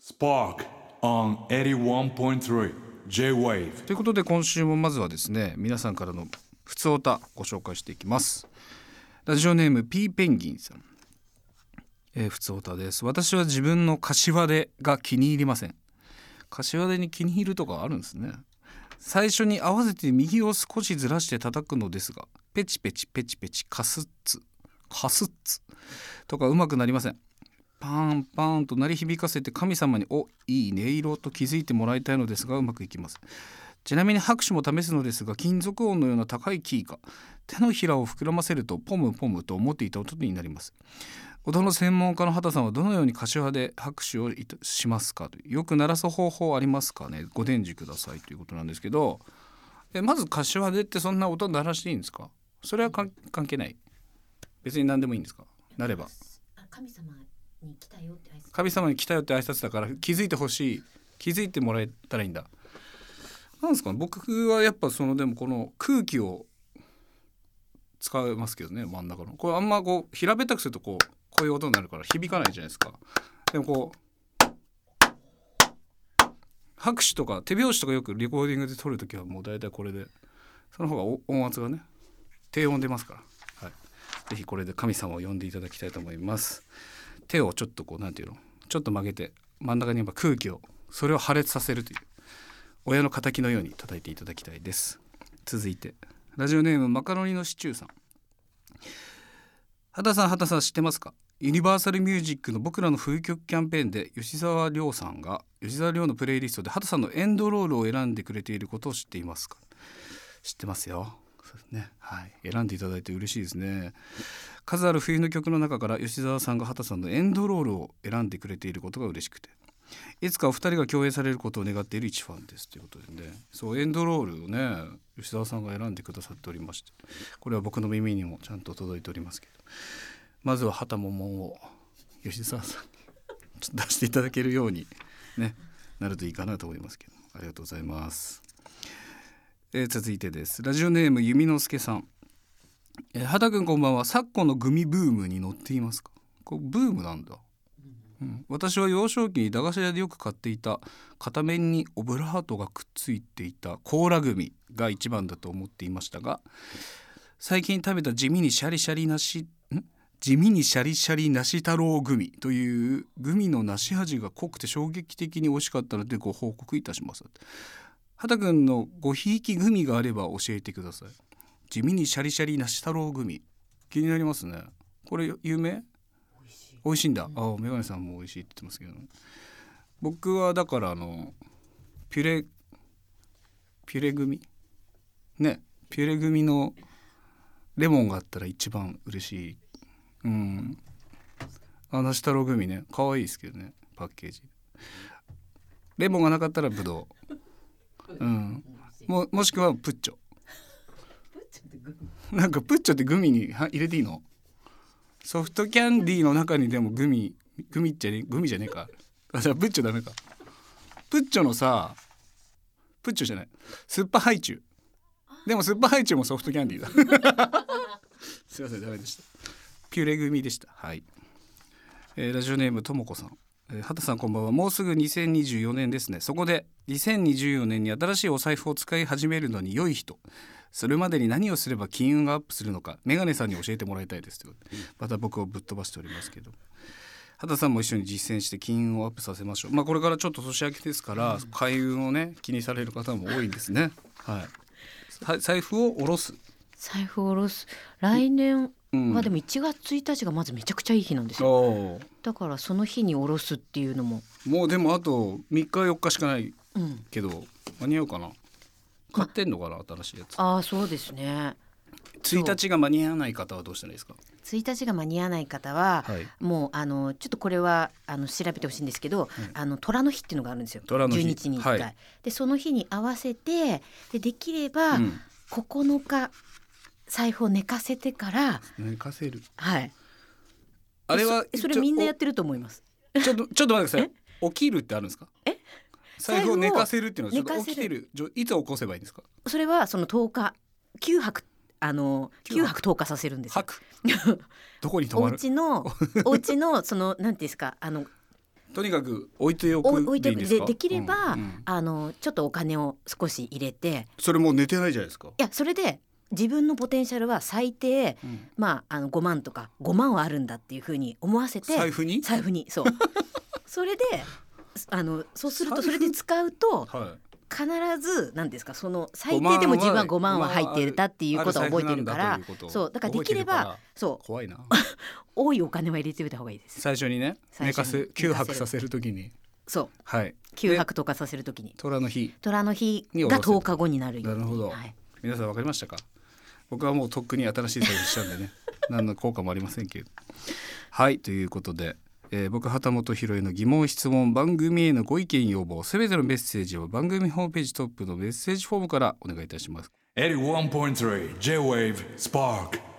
Spark on 81.3 J-Wave ということで今週もまずはですね皆さんからのふつおたご紹介していきます。ラジオネーム P ペンギンさん、ふつおたです。私は自分の柏手が気に入りません。柏手に気に入るとかあるんですね。最初に合わせて右を少しずらして叩くのですがペチペチペチペチカスッツとかうまくなりません。パーンパーンと鳴り響かせて神様にいい音色と気づいてもらいたいのですがうまくいきます。ちなみに拍手も試すのですが金属音のような高いキーが手のひらを膨らませるとポムポムと思っていた音になります。音の専門家の畑さんはどのように柏で拍手をしますかとよく鳴らす方法ありますかね、ご伝授くださいということなんですけど、まず柏でってそんな音鳴らしていいんですか？それは関係ない、別に何でもいいんですか？なれば神様に来たよって挨拶、 神様に来たよって挨拶だから気づいてほしい、気づいてもらえたらいいんだ。なんですかね、僕はやっぱでもこの空気を使いますけどね、真ん中のこれあんまこう平べったくするとこういう音になるから響かないじゃないですか。でもこう拍手とか手拍子とかよくレコーディングで撮るときはもう大体これで、その方が音圧がね低音出ますから、はい、ぜひこれで神様を呼んでいただきたいと思います。手をちょっとこうなんていうの、ちょっと曲げて真ん中にやっぱ空気をそれを破裂させるという親の敵のように叩いていただきたいです。続いてラジオネームマカロニのシチューさん、畑さん知ってますか？ユニバーサルミュージックの僕らの冬曲キャンペーンで吉沢亮さんが吉沢亮のプレイリストで畑さんのエンドロールを選んでくれていることを知っていますか？知ってますよ。そうですね、はい、選んでいただいて嬉しいですね。数ある冬の曲の中から吉沢さんが畑さんのエンドロールを選んでくれていることが嬉しくて、いつかお二人が共演されることを願っている一ファンですということでね、そうエンドロールをね吉沢さんが選んでくださっておりまして、これは僕の耳にもちゃんと届いておりますけど、まずは畑桃を吉沢さんにちょっと出していただけるように、ね、なるといいかなと思いますけど、ありがとうございます。続いてです。ラジオネーム弓之助さん、畑くんこんばんは。昨今のグミブームに乗っていますか？これブームなんだ。私は幼少期に駄菓子屋でよく買っていた片面にオブラートがくっついていたコーラグミが一番だと思っていましたが、最近食べた地味にシャリシャリ梨太郎グミというグミの梨味が濃くて衝撃的に美味しかったのでご報告いたします。畑くんのごひいきグミがあれば教えてください。地味にシャリシャリ梨太郎グミ気になりますね。これ有名？美味しいんだ。メガネさんも美味しいって言ってますけど、僕はだからピュレグミのレモンがあったら一番嬉しい。梨太郎グミね、可愛いですけどね、パッケージ。レモンがなかったらブドウ、もしくはプッチョ。なんかプッチョってグミに入れていいの？ソフトキャンディーの中にでもグミじゃねえか。じゃあプッチョダメか。プッチョのさ、プッチョじゃない、スッパハイチュウ。でもスッパハイチュウもソフトキャンディーだすいません、ダメでした。ピュレグミでした。はい。ラジオネームともこさん、畑さんこんばんは。もうすぐ2024年ですね。そこで2024年に新しいお財布を使い始めるのに良い人、それまでに何をすれば金運がアップするのかメガネさんに教えてもらいたいですということで、また僕をぶっ飛ばしておりますけど、畑さんも一緒に実践して金運をアップさせましょう。これからちょっと年明けですから開運をね気にされる方も多いんですね。はい、財布を下ろす来年はでも1月1日がまずめちゃくちゃいい日なんですよ。だからその日に下ろすっていうのももうでもあと3日4日しかないけど、間に合うかな。買ってんのかな、新しいやつ。 そうですね。 1日が間に合わない方はどうしたらいいですか ？1日が間に合わない方は、もうちょっとこれは調べてほしいんですけど、虎の日っていうのがあるんですよ。10日に1回、でその日に合わせてできれば9日財布を寝かせてから寝かせる。 はい。 あれはそれみんなやってると思います。 ちょっと待ってください。起きるってあるんですか？財布を寝かせるっていうのはちょっと起きてる、いつ起こせばいいんですか？ それはその10日9泊9泊10日させるんですよ。 どこに泊まる？ お家のそのなんていうんですか、 とにかく置いておくでいいんですか？ できれば、ちょっとお金を少し入れて。 それもう寝てないじゃないですか。 いやそれで自分のポテンシャルは最低、5万とか5万はあるんだっていうふうに思わせて、 財布にそうそれでそうするとそれで使うと、 はい、 必ず何ですか、その最低でも自分は5万は入っていたっていうことは覚えてるから、そうだからできればそう怖いな多いお金は入れておいた方がいいです。 最初にね、9泊させるときに、 そう、 はい、 9泊とかさせるときに虎の日が10日後になるように。 なるほど、はい、皆さん分かりましたか？僕はもうとっくに新しい財布したんでね何の効果もありませんけどはい、ということで、僕畑本博への疑問質問、番組へのご意見要望、すべてのメッセージを番組ホームページトップのメッセージフォームからお願いいたします。 81.3 J-Wave Spark